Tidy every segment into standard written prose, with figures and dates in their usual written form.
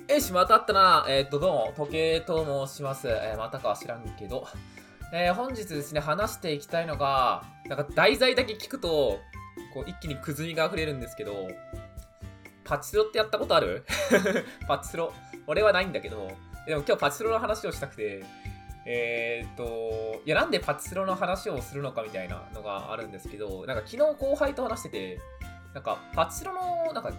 また会ったな。どうも、時計と申します。またかは知らんけど。本日ですね、話していきたいのが、なんか題材だけ聞くと、こう、一気にくずみが溢れるんですけど、パチスロってやったことある？パチスロ。俺はないんだけど、でも今日パチスロの話をしたくて、いや、なんでパチスロの話をするのかみたいなのがあるんですけど、なんか昨日後輩と話してて、なんかパチスロのなんか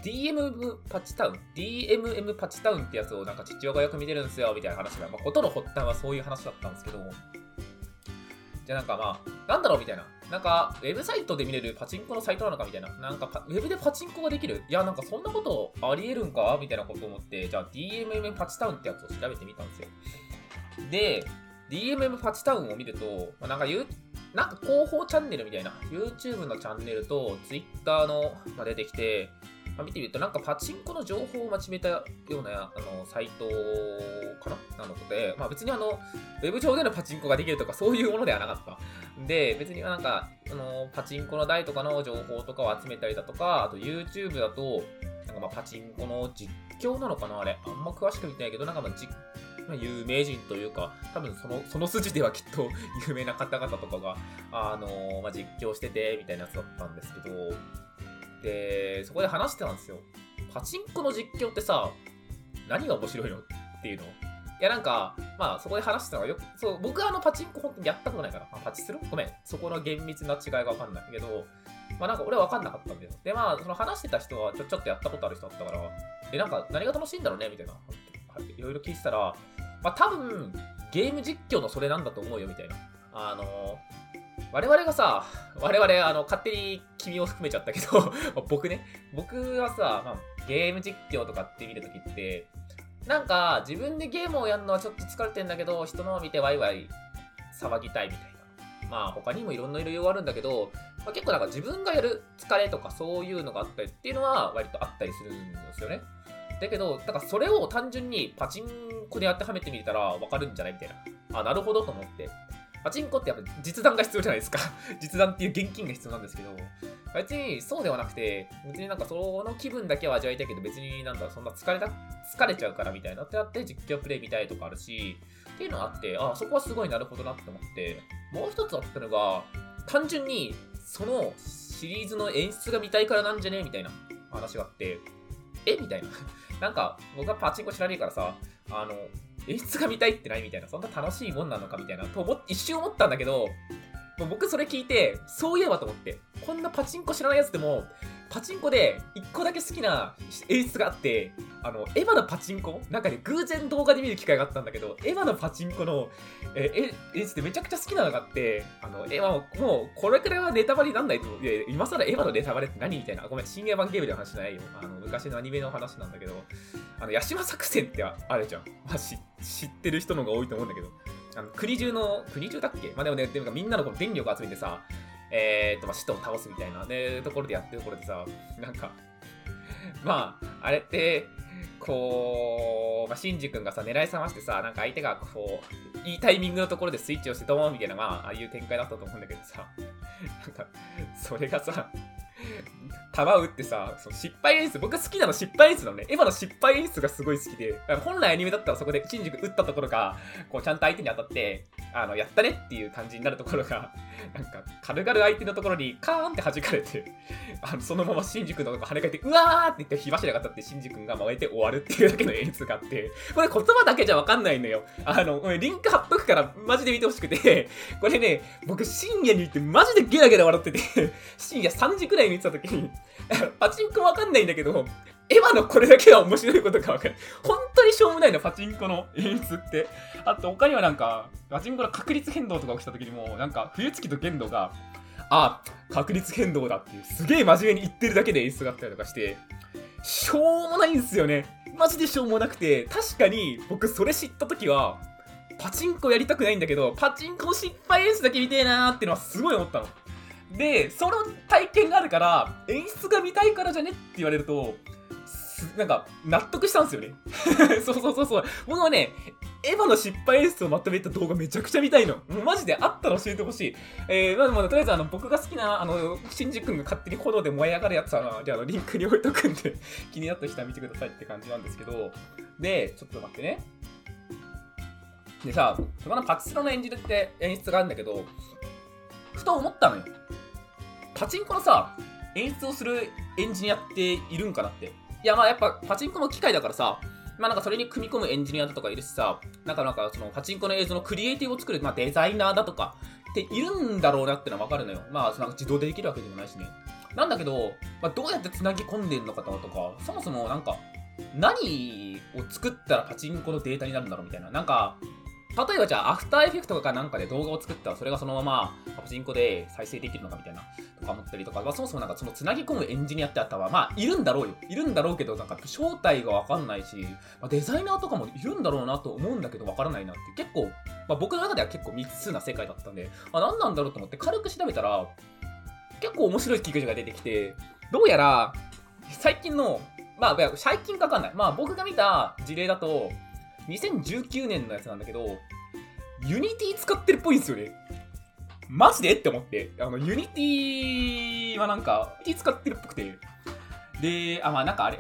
DMM パチタウンってやつをなんか父親がよく見てるんですよみたいな話が、まあ、ことの発端はそういう話だったんですけど、じゃあなんかまあ、なんだろうみたいな。なんか、ウェブサイトで見れるパチンコのサイトなのかみたいな。なんかウェブでパチンコができる？いや、なんかそんなことありえるんかみたいなことを思って、じゃあ DMM パチタウンってやつを調べてみたんですよ。で、DMM パチタウンを見ると、なんかなんか広報チャンネルみたいな、YouTube のチャンネルと Twitter のが出てきて、見てみると、なんかパチンコの情報をまとめたようなサイトかなので、別にウェブ上でのパチンコができるとかそういうものではなかった。で、別になんか、パチンコの台とかの情報とかを集めたりだとか、あと YouTube だと、なんかパチンコの実況なのかなあれ。あんま詳しく見てないけど、なんか有名人というか、多分その筋ではきっと有名な方々とかが、実況してて、みたいなやつだったんですけど、で、そこで話してたんですよ。パチンコの実況ってさ、何が面白いのっていうの。いやなんか、そこで話してたのがそう、僕はパチンコ本当にやったことないから、パチスロごめん、そこの厳密な違いがわかんないけど、なんか俺はわかんなかったんだよ。で、その話してた人はちょっとやったことある人だったから、なんか何が楽しいんだろうねみたいな。いろいろ聞いてたら、多分、ゲーム実況のそれなんだと思うよみたいな。我々、勝手に君を含めちゃったけど僕はさ、ゲーム実況とかって見るときって、なんか、自分でゲームをやるのはちょっと疲れてんだけど、人のを見てワイワイ騒ぎたいみたいな。他にもいろんな理由があるんだけど、結構なんか自分がやる疲れとかそういうのがあったりっていうのは割とあったりするんですよね。だけど、だからそれを単純にパチンコで当てはめてみたらわかるんじゃないみたいな。なるほどと思って。パチンコってやっぱ実弾が必要じゃないですか。実弾っていう現金が必要なんですけど、別にそうではなくて、別になんかその気分だけは味わいたいけど、別になんだそんな疲れちゃうからみたいなってなって実況プレイ見たいとかあるし、っていうのがあって、そこはすごいなるほどなって思って、もう一つあったのが、単純にそのシリーズの演出が見たいからなんじゃねみたいな話があって、みたいな。なんか、僕はパチンコ知らねえからさ、演出が見たいってないみたいな、そんな楽しいもんなのかみたいな、一瞬思ったんだけど、もう僕それ聞いて、そういえばと思って、こんなパチンコ知らないやつでも、パチンコで一個だけ好きな演出があって、エヴァのパチンコなんかね、偶然動画で見る機会があったんだけど、エヴァのパチンコの、演出でめちゃくちゃ好きなのがあって、エヴァもう、これくらいはネタバレになんないと思う。いや、今更エヴァのネタバレって何みたいな。ごめん、新エヴァンゲームの話じゃないよ。昔のアニメの話なんだけど、ヤシマ作戦ってあるじゃん。知ってる人の方が多いと思うんだけど、国中だっけでもね、みんなのこの電力を集めてさ、使徒を倒すみたいな、ところでやってるところでさ、なんか、あれって、こう、シンジ君がさ、狙い覚ましてさ、なんか相手がこう、いいタイミングのところでスイッチをしてドーンみたいな、ああいう展開だったと思うんだけどさ、なんか、それがさ、弾打ってさ、その失敗演出、僕が好きなの失敗演出なのね。エヴァの失敗演出がすごい好きで、本来アニメだったらそこでシンジ君打ったところが、こうちゃんと相手に当たって、やったねっていう感じになるところが、なんか、軽々相手のところにカーンって弾かれて、そのままシンジ君のとこ跳ね返って、うわーって言って火柱が当たってシンジ君が燃えて終わるっていうだけの演出があって、これ言葉だけじゃわかんないのよ。リンク貼っとくからマジで見てほしくて、これね、僕深夜に行ってマジでゲラゲラ笑ってて、深夜3時くらいに見てた時に、パチンコわかんないんだけど、エヴァのこれだけは面白いことがわかる。本当にしょうもないの、パチンコの演出って。あと他にはなんか、パチンコの確率変動とか起きた時にも、なんか、冬月と玄度が、確率変動だっていう、すげえ真面目に言ってるだけで演出があったりとかして、しょうもないんすよね。マジでしょうもなくて、確かに僕それ知った時は、パチンコやりたくないんだけど、パチンコの失敗演出だけ見てえなーっていうのはすごい思ったの。で、その体験があるから、演出が見たいからじゃねって言われると、なんか、納得したんですよね。そう。僕はね、 エヴァの失敗演出をまとめた動画めちゃくちゃ見たいの。もうマジであったら教えてほしい。まあでもとりあえず僕が好きなシンジ君が勝手に炎で燃え上がるやつはリンクに置いとくんで気になった人は見てくださいって感じなんですけど、でちょっと待ってね。でさ、そのパチスロの演出があるんだけど、ふと思ったのよ。パチンコのさ、演出をするエンジニアっているんかなって。いやまあやっぱパチンコの機械だからさ、まあなんかそれに組み込むエンジニアだとかいるしさ、なんかそのパチンコの映像のクリエイティブを作る、まあデザイナーだとかっているんだろうなってのはわかるのよ。まあなんか自動でできるわけでもないしね。なんだけど、まあ、どうやって繋ぎ込んでんのかとか、そもそもなんか何を作ったらパチンコのデータになるんだろうみたいな。なんか例えばじゃあアフターエフェクトとかなんかで動画を作ったらそれがそのままパチンコで再生できるのかみたいなとか思ったりとか、まあ、そもそもなんかそのつなぎ込むエンジニアってあったらまあいるんだろうよ。いるんだろうけどなんか正体がわかんないし、まあ、デザイナーとかもいるんだろうなと思うんだけどわからないなって結構、まあ、僕の中では結構未知数な世界だったんで、まあ、何なんだろうと思って軽く調べたら結構面白い企画が出てきて、どうやら最近のまあ最近かわかんない。まあ僕が見た事例だと2019年のやつなんだけど、ユニティ使ってるっぽいんですよね。マジでって思って。ユニティはなんか、ユニティ使ってるっぽくて。で、まあなんかあれ、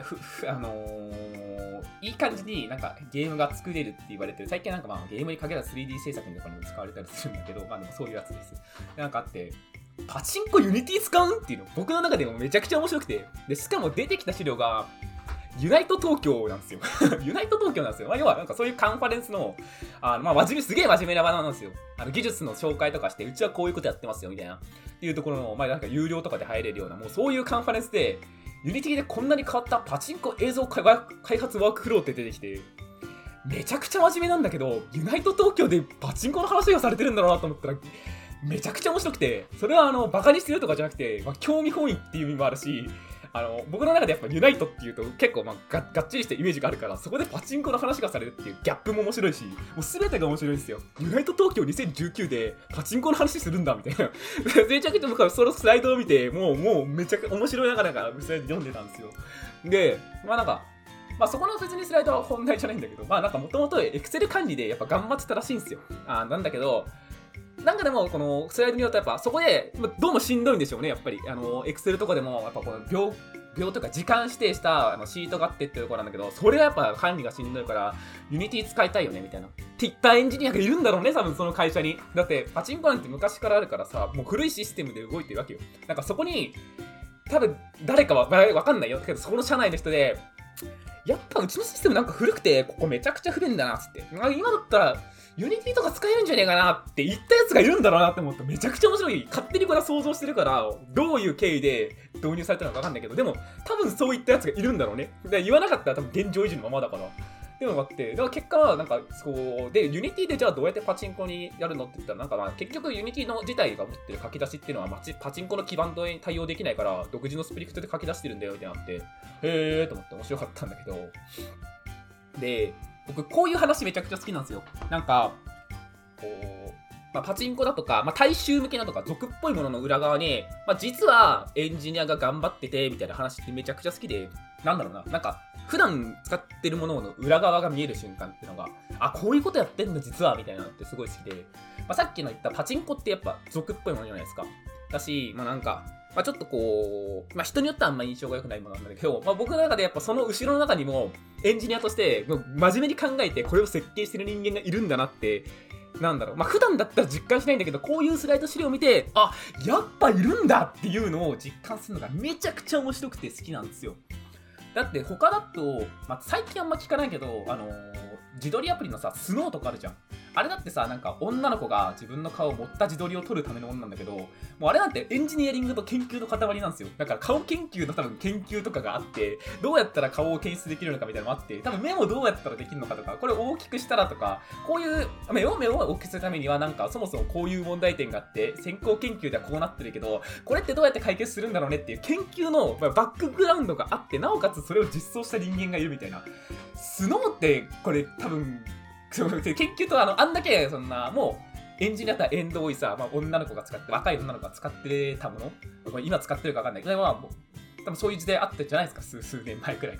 いい感じになんかゲームが作れるって言われてる。最近なんかまあゲームにかけた 3D 制作とかにも使われたりするんだけど、まあでもそういうやつです。なんかあって、パチンコユニティ使うんっていうの、僕の中でもめちゃくちゃ面白くて。で、しかも出てきた資料が、ユナイト東京なんですよ。ユナイト東京なんですよ。まあ、要はなんかそういうカンファレンスの、まあすげえ真面目な場なんですよ。技術の紹介とかして、うちはこういうことやってますよみたいな。っていうところの、まあなんか有料とかで入れるような、もうそういうカンファレンスで、ユニティでこんなに変わったパチンコ映像開発ワークフローって出てきて、めちゃくちゃ真面目なんだけど、ユナイト東京でパチンコの話がされてるんだろうなと思ったら、めちゃくちゃ面白くて、それはバカにしてるとかじゃなくて、まあ、興味本位っていう意味もあるし、僕の中でやっぱユナイトっていうと結構まあがっちりしたイメージがあるから、そこでパチンコの話がされるっていうギャップも面白いし、もう全てが面白いんですよ。ユナイト東京2019でパチンコの話するんだみたいな。めちゃくちゃ僕はそのスライドを見て、もうめちゃくちゃ面白いながらスライド読んでたんですよ。で、まあなんか、まあそこの別にスライドは本題じゃないんだけど、まあなんかもともとエクセル管理でやっぱ頑張ってたらしいんですよ。なんだけど、なんかでもこのスライド見るとやっぱそこでどうもしんどいんでしょうね。やっぱりエクセルとかでもやっぱこの秒とか時間指定したシートがあってっていうところなんだけど、それがやっぱ管理がしんどいからユニティ使いたいよねみたいなって言ったエンジニアがいるんだろうね、多分その会社に。だってパチンコなんて昔からあるからさ、もう古いシステムで動いてるわけよ。なんかそこに多分誰かはわかんないよけど、そこの社内の人でやっぱうちのシステムなんか古くてここめちゃくちゃ不便だなっつって、今だったらユニティとか使えるんじゃねえかなって言ったやつがいるんだろうなって思ってめちゃくちゃ面白い。勝手にこれは想像してるから、どういう経緯で導入されたのかわかんないけど、でも多分そういったやつがいるんだろうね。で言わなかったら多分現状維持のままだから。っていうのがあって、だから結果はなんかそうで、ユニティでじゃあどうやってパチンコにやるのって言ったら、なんかまあ結局ユニティの自体が持ってる書き出しっていうのはパチンコの基盤に対応できないから独自のスプリクトで書き出してるんだよみたいなって、へーと思って面白かったんだけど、で僕こういう話めちゃくちゃ好きなんですよ。なんかこう、まあ、パチンコだとか、まあ、大衆向けだとか俗っぽいものの裏側に、まあ、実はエンジニアが頑張っててみたいな話ってめちゃくちゃ好きで、なんだろうな、なんか普段使ってるものの裏側が見える瞬間っていうのが、こういうことやってんの実はみたいなのってすごい好きで、まあ、さっきの言ったパチンコってやっぱ俗っぽいものじゃないですか。だし、まあなんか、まあ、ちょっとこう、まあ、人によってはあんま印象が良くないものなんだけど、まあ、僕の中でやっぱその後ろの中にもエンジニアとして真面目に考えてこれを設計してる人間がいるんだなって、なんだろう、まあ、普段だったら実感しないんだけど、こういうスライド資料を見て、やっぱいるんだっていうのを実感するのがめちゃくちゃ面白くて好きなんですよ。だって他だと、まあ、最近あんま聞かないけど、自撮りアプリのさ、スノーとかあるじゃん。あれだってさ、なんか女の子が自分の顔を持った自撮りを撮るためのものなんだけど、もうあれなんてエンジニアリングと研究の塊なんですよ。だから顔研究の多分研究とかがあって、どうやったら顔を検出できるのかみたいなのもあって、多分目をどうやったらできるのかとか、これを大きくしたらとか、こういう目を大きくするためにはなんかそもそもこういう問題点があって、先行研究ではこうなってるけど、これってどうやって解決するんだろうねっていう研究のバックグラウンドがあって、なおかつそれを実装した人間がいるみたいな。スノーってこれ多分研究とあんだけそんなもうエンジニアだったらエンド多いさ、まあ、女の子が使って若い女の子が使ってたもの、今使ってるか分かんないけど、まあ、多分そういう時代あったじゃないですか、数年前くらいに。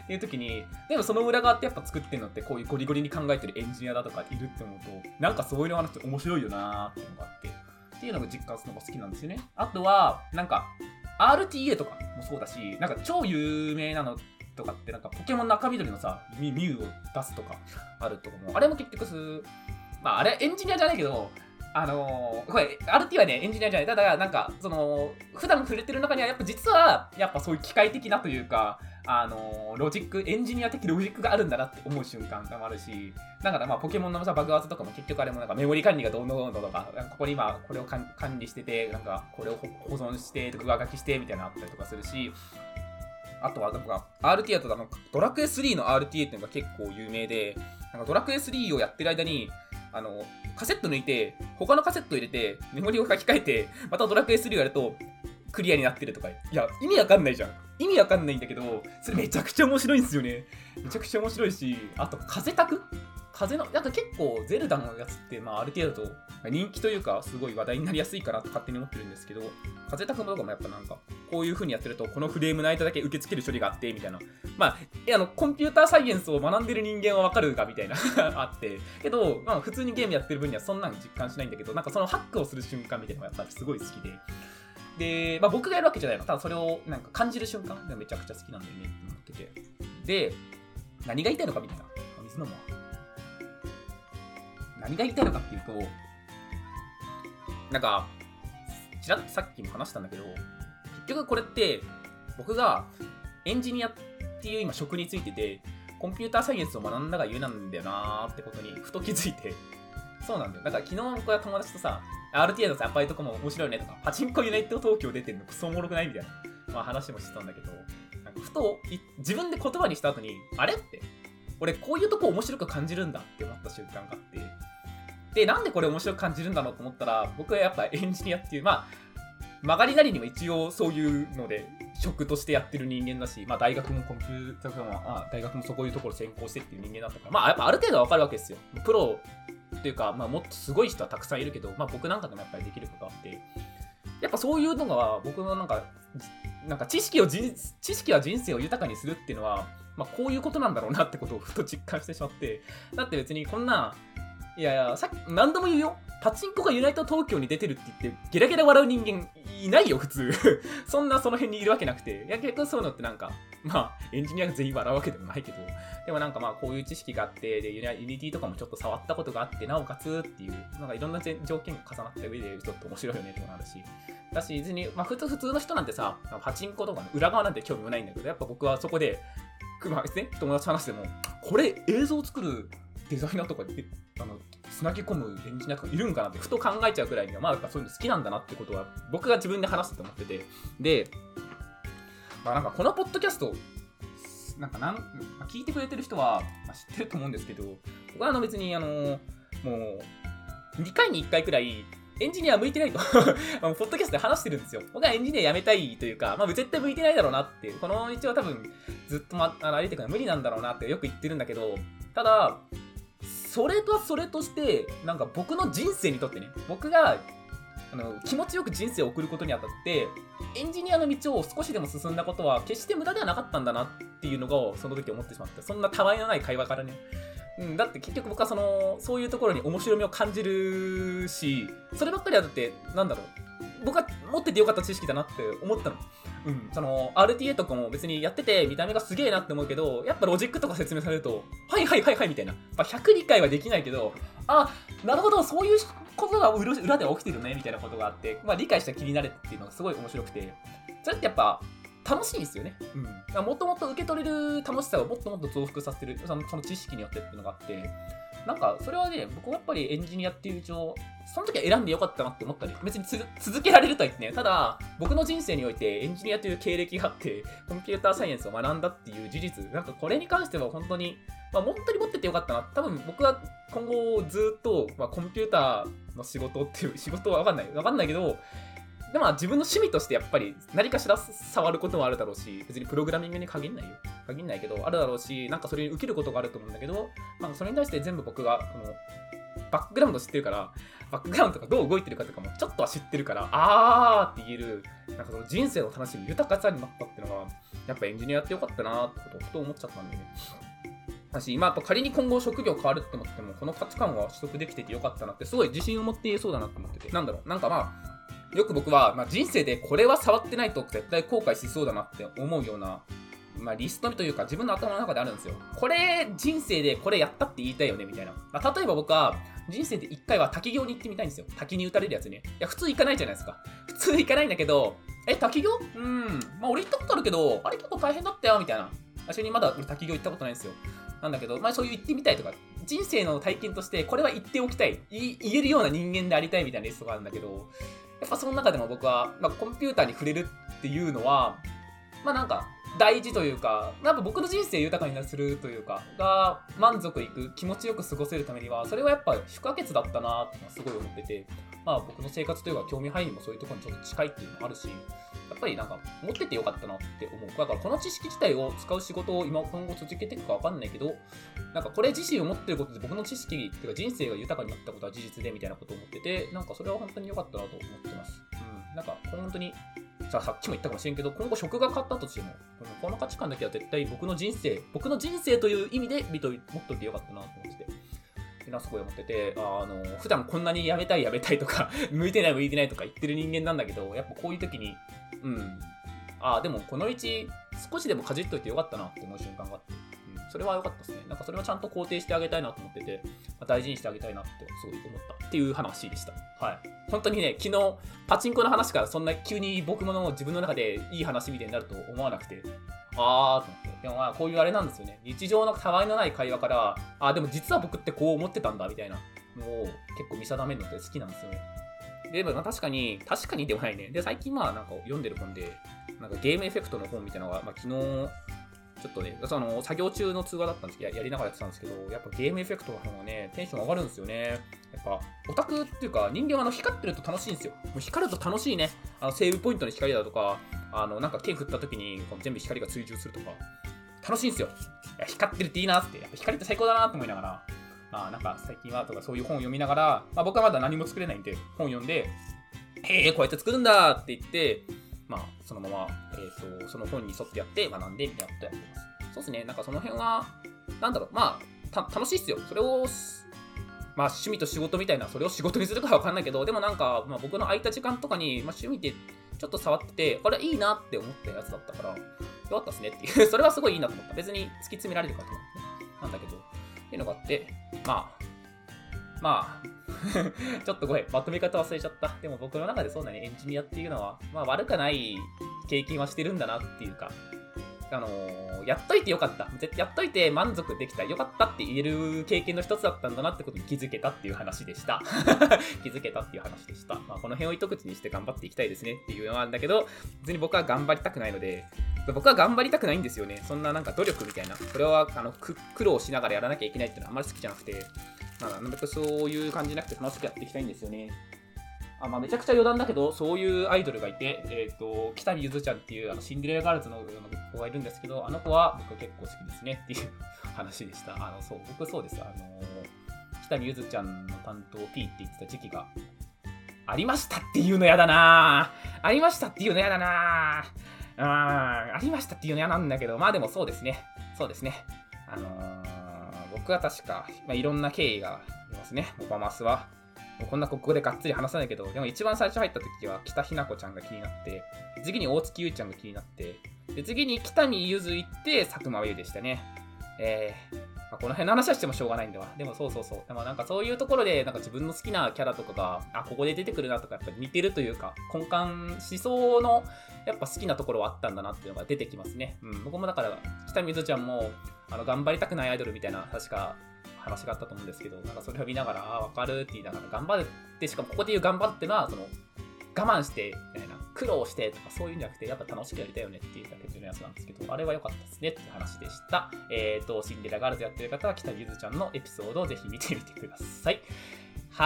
っていう時に、でもその裏側ってやっぱ作ってるのってこういうゴリゴリに考えてるエンジニアだとかいるって思うと、なんかそういうの話って面白いよなーっていうのがあって、っていうのが実感するのが好きなんですよね。あとは、なんか RTA とかもそうだし、なんか超有名なのとかってなんかポケモンの赤緑のさ、ミュウを出すとかあるとかも、あれも結局まああれエンジニアじゃないけど、これ RT はねエンジニアじゃない。ただなんかその普段触れてる中にはやっぱ実はやっぱそういう機械的なというか、ロジック、エンジニア的ロジックがあるんだなって思う瞬間があるし、だからまあポケモンのさ爆発とかも結局あれもなんかメモリ管理がどうのどうのとか、ここに今これを管理してて、なんかこれを保存して上書きしてみたいなのあったりとかするし、あとはなんか RT だとドラクエ3の RTA っていうのが結構有名で、なんかドラクエ3をやってる間にカセット抜いて他のカセット入れてメモリを書き換えてまたドラクエ3をやるとクリアになってるとか、いや意味わかんないじゃん。意味わかんないんだけど、それめちゃくちゃ面白いんですよね。めちゃくちゃ面白いし、あと風タクのなんか結構ゼルダのやつってまあある程度と人気というかすごい話題になりやすいかなと勝手に思ってるんですけど、風タクとかもやっぱなんかこういう風にやってるとこのフレームの間だけ受け付ける処理があってみたいな、まあコンピューターサイエンスを学んでる人間はわかるかみたいなあってけど、まあ普通にゲームやってる分にはそんなに実感しないんだけど、なんかそのハックをする瞬間みたいなのがやっぱりすごい好きで、まあ僕がやるわけじゃないの、ただそれをなんか感じる瞬間がめちゃくちゃ好きなんだよねって思ってて、で何が言いたいのかみたいな、水飲むわ。何が言いたいのかっていうと、なんかちらっとさっきも話したんだけど、結局これって僕がエンジニアっていう今職についててコンピューターサイエンスを学んだがゆえなんだよなーってことにふと気づいて、そうなんだよ。だから昨日僕は友達とさ RTA のさバイトとかも面白いねとか、パチンコユナイテッド東京出てるのクソおもろくないみたいな、まあ、話もしてたんだけど、なんかふと自分で言葉にした後にあれって俺こういうとこ面白く感じるんだって思った瞬間があって、でなんでこれ面白く感じるんだろうと思ったら、僕はやっぱエンジニアっていうまあ曲がりなりにも一応そういうので職としてやってる人間だし、まあ大学もコンピューターも大学もそういうところ専攻してっていう人間だったから、まあやっぱある程度はわかるわけですよ。プロっていうか、まあもっとすごい人はたくさんいるけど、まあ僕なんかでもやっぱりできることあって、やっぱそういうのが僕のなんか知識は人生を豊かにするっていうのは、まあこういうことなんだろうなってことをふと実感してしまって、だって別にこんないやさっき何度も言うよ、パチンコがユナイト東京に出てるって言ってゲラゲラ笑う人間いないよ普通そんなその辺にいるわけなくて、いや結構そういうのってなんかまあエンジニアが全員笑うわけでもないけど、でもなんかまあこういう知識があって、でユニティとかもちょっと触ったことがあって、なおかつっていうなんかいろんな条件が重なった上でちょっと面白いよねってことなんだし、だし別にまあ普通の人なんてさパチンコとかの裏側なんて興味もないんだけど、やっぱ僕はそこでまあですね、友達と話してもこれ映像を作るデザイナーとかでつなぎ込むエンジニアとかいるんかなってふと考えちゃうくらいには、まあやっぱそういうの好きなんだなってことは僕が自分で話してて思ってて、で、まあなんかこのポッドキャスト聞いてくれてる人は、まあ、知ってると思うんですけど、僕は別にもう2回に1回くらいエンジニア向いてないとポッドキャストで話してるんですよ。僕はエンジニア辞めたいというか、まあ絶対向いてないだろうなっていう、この道は多分ずっと歩いていくのは無理なんだろうなってよく言ってるんだけど、ただそれとしてなんか僕の人生にとってね、僕が気持ちよく人生を送ることにあたってエンジニアの道を少しでも進んだことは決して無駄ではなかったんだなっていうのがその時思ってしまった。そんなたわいのない会話からね、だって結局僕はそういうところに面白みを感じるし、そればっかりはだってなんだろう、僕は持っててよかった知識だなって思ったの。RTA とかも別にやってて見た目がすげえなって思うけど、やっぱロジックとか説明されるとはいみたいな、100理解はできないけど、あ、なるほどそういうことが裏では起きてるねみたいなことがあって、理解した気になれっていうのがすごい面白くて、それってやっぱ楽しいんですよね。もっともっと受け取れる楽しさをもっともっと増幅させてる、その知識によってっていうのがあって、なんかそれはね、僕はやっぱりエンジニアっていう道をその時は選んでよかったなって思ったり、別に続けられるとは言ってね、ただ僕の人生においてエンジニアという経歴があってコンピューターサイエンスを学んだっていう事実、なんかこれに関しては本当に本当に持っててよかったな。多分僕は今後ずっと、コンピューターの仕事っていう仕事は分かんないけど、でも自分の趣味としてやっぱり何かしら触ることもあるだろうし、別にプログラミングに限んないけどあるだろうし、なんかそれに受けることがあると思うんだけど、それに対して全部僕がバックグラウンド知ってるから、バックグラウンドがどう動いてるかとかもちょっとは知ってるから、あーって言える、なんかその人生を楽しむ豊かさになったっていうのが、やっぱエンジニアやってよかったなってことをふと思っちゃったんでね。私、今やっぱ仮に今後職業変わるって思っても、この価値観は取得できててよかったなって、すごい自信を持って言えそうだなと思ってて、なんだろう、なんかまあ、よく僕は、人生でこれは触ってないと絶対後悔しそうだなって思うような、リストというか自分の頭の中であるんですよ。これ、人生でこれやったって言いたいよね、みたいな。例えば僕は、人生で一回は滝行に行ってみたいんですよ。滝に打たれるやつね。いや、普通行かないじゃないですか。普通行かないんだけど、滝行俺行ったことあるけど、あれ結構大変だったよ、みたいな。私にまだ俺滝行行ったことないんですよ。なんだけど、そういう行ってみたいとか、人生の体験として、これは言っておきたい。言えるような人間でありたいみたいなリストがあるんだけど、やっぱその中でも僕は、コンピューターに触れるっていうのは、なんか、大事というか、やっぱ僕の人生豊かにするというか、が満足いく、気持ちよく過ごせるためには、それはやっぱ不可欠だったなってすごい思ってて、僕の生活というか興味範囲もそういうところにちょっと近いっていうのもあるし、やっぱりなんか持っててよかったなって思う。だからこの知識自体を使う仕事を今後続けていくかわかんないけど、なんかこれ自身を持ってることで僕の知識っていうか人生が豊かになったことは事実でみたいなことを思ってて、なんかそれは本当に良かったなと思ってます。なんか本当にさっきも言ったかもしれんけど、今後職が変わったとしても、この価値観だけは絶対僕の人生という意味で持っといてよかったなと思ってて、すごい思ってて、普段こんなにやめたいとか、向いてないとか言ってる人間なんだけど、やっぱこういう時に、でもこの道少しでもかじっといてよかったなって思う瞬間があって、それは良かったですね。なんかそれはちゃんと肯定してあげたいなと思ってて、大事にしてあげたいなってすごい思ったっていう話でした。はい。本当にね、昨日パチンコの話からそんな急に僕も自分の中でいい話みたいになると思わなくて、と思って。でもこういうあれなんですよね。日常のたわいのない会話から、でも実は僕ってこう思ってたんだみたいなのを結構見定めるのって好きなんですよね。で、確かにではないね。で、最近なんか読んでる本で、なんかゲームエフェクトの本みたいなのが、昨日、ちょっとね、作業中の通話だったんですけど、やりながらやってたんですけど、やっぱゲームエフェクトの方がね、テンション上がるんですよね。やっぱ、オタクっていうか、人間は光ってると楽しいんですよ。もう光ると楽しいね。セーブポイントの光だとか、なんか剣振った時に全部光が追従するとか、楽しいんですよ。いや、光ってるっていいなって、やっぱ光って最高だなと思いながら、なんか最近はとかそういう本を読みながら、僕はまだ何も作れないんで、本読んで、こうやって作るんだって言って、そのまま、その本に沿ってやって学んでみたいなことやってます。そうですね、なんかその辺は、なんだろう、楽しいっすよ。それを、趣味と仕事みたいな、それを仕事にするかはわかんないけど、でもなんか、僕の空いた時間とかに、趣味でちょっと触ってて、これいいなって思ったやつだったから、よかったっすねっていう、それはすごいいいなと思った。別に突き詰められるかと思って、なんだけど、っていうのがあって、ちょっとごめん、まとめ方忘れちゃった。でも僕の中でそうだね、エンジニアっていうのは、悪くない経験はしてるんだなっていうか、やっといてよかった。やっといて満足できた。よかったって言える経験の一つだったんだなってことに気づけたっていう話でした。気づけたっていう話でした。この辺を一口にして頑張っていきたいですねっていうのはあるんだけど、別に僕は頑張りたくないので、僕は頑張りたくないんですよね。そんななんか努力みたいな。これは苦労しながらやらなきゃいけないっていうのはあんまり好きじゃなくて、なるべくそういう感じじゃなくて楽しくやっていきたいんですよね。めちゃくちゃ余談だけど、そういうアイドルがいて、北見ゆずちゃんっていうシンデレラガールズの子がいるんですけど、あの子は僕結構好きですねっていう話でした。僕そうです。北見ゆずちゃんの担当 P って言ってた時期がありましたっていうのやだなぁ。ありましたっていうのやだなぁ。ありましたっていうのやなんだけど、でもそうですね。そうですね。僕は確か、いろんな経緯がありますね。モバマスは。こんなここでがっつり話さないけど、でも一番最初入った時は北ひなこちゃんが気になって、次に大月ゆうちゃんが気になって、で次に北見ゆず行って佐久間ゆでしたね。この辺の話はしてもしょうがないんだわ。でもそう。でもなんかそういうところでなんか自分の好きなキャラとかが、ここで出てくるなとかやっぱり似てるというか、根幹思想のやっぱ好きなところはあったんだなっていうのが出てきますね。僕もだから北見ゆずちゃんも頑張りたくないアイドルみたいな確か話があったと思うんですけど、なんかそれを見ながら、わかるって言いながら頑張るって、しかもここで言う頑張るっていうのは、我慢して、みたいな、苦労してとかそういうんじゃなくて、やっぱ楽しくやりたいよねっていうだけのやつなんですけど、あれは良かったですねっていう話でした。シンデレラガールズやってる方は、北ゆずちゃんのエピソードをぜひ見てみてください。はい。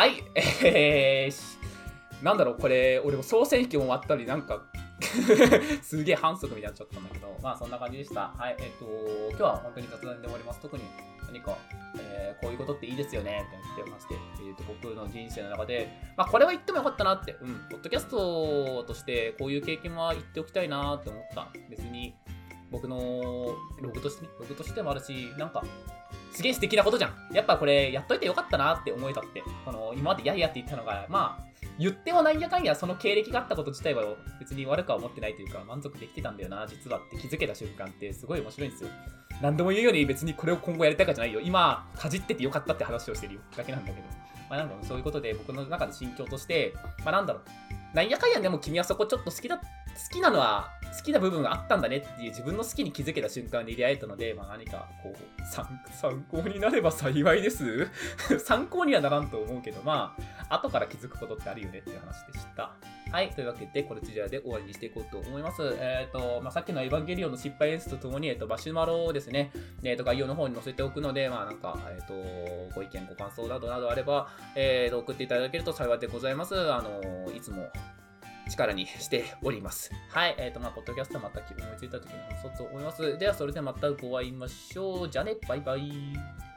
なんだろう、これ、俺も総選挙も終わったり、なんか、すげえ反則みたいになっちゃったんだけど、そんな感じでした。はい。今日は本当に雑談で終わります。特に何か、こういうことっていいですよねって言ってまして、 僕の人生の中で、これは言ってもよかったなって、ポッドキャストとしてこういう経験は言っておきたいなって思った。別に僕のログとしてもあるし、なんかすげえ素敵なことじゃん。やっぱこれやっといてよかったなって思えたって、今までやいやって言ったのが、言ってもなんやかんやその経歴があったこと自体は別に悪くは思ってないというか、満足できてたんだよな実はって気づけた瞬間ってすごい面白いんですよ。何度も言うように別にこれを今後やりたいかじゃないよ。今かじっててよかったって話をしてるよだけなんだけど、なんだろう、そういうことで僕の中で心境として、なんだろう、なんやかんやでも君はそこちょっと好きなのは好きな部分があったんだねっていう自分の好きに気づけた瞬間に出会えたので、何かこう参考になれば幸いです参考にはならんと思うけど、後から気づくことってあるよねっていう話でした。はい、というわけでこれこちらで終わりにしていこうと思います。さっきのエヴァンゲリオンの失敗演出とともに、マシュマロをですね、概要の方に載せておくので、ご意見ご感想などあれば、送っていただけると幸いでございます。いつも力にしております。はい。ポッドキャストまた思いついた時に話そうと思います。では、それではまたご会いましょう。じゃあね、バイバイ。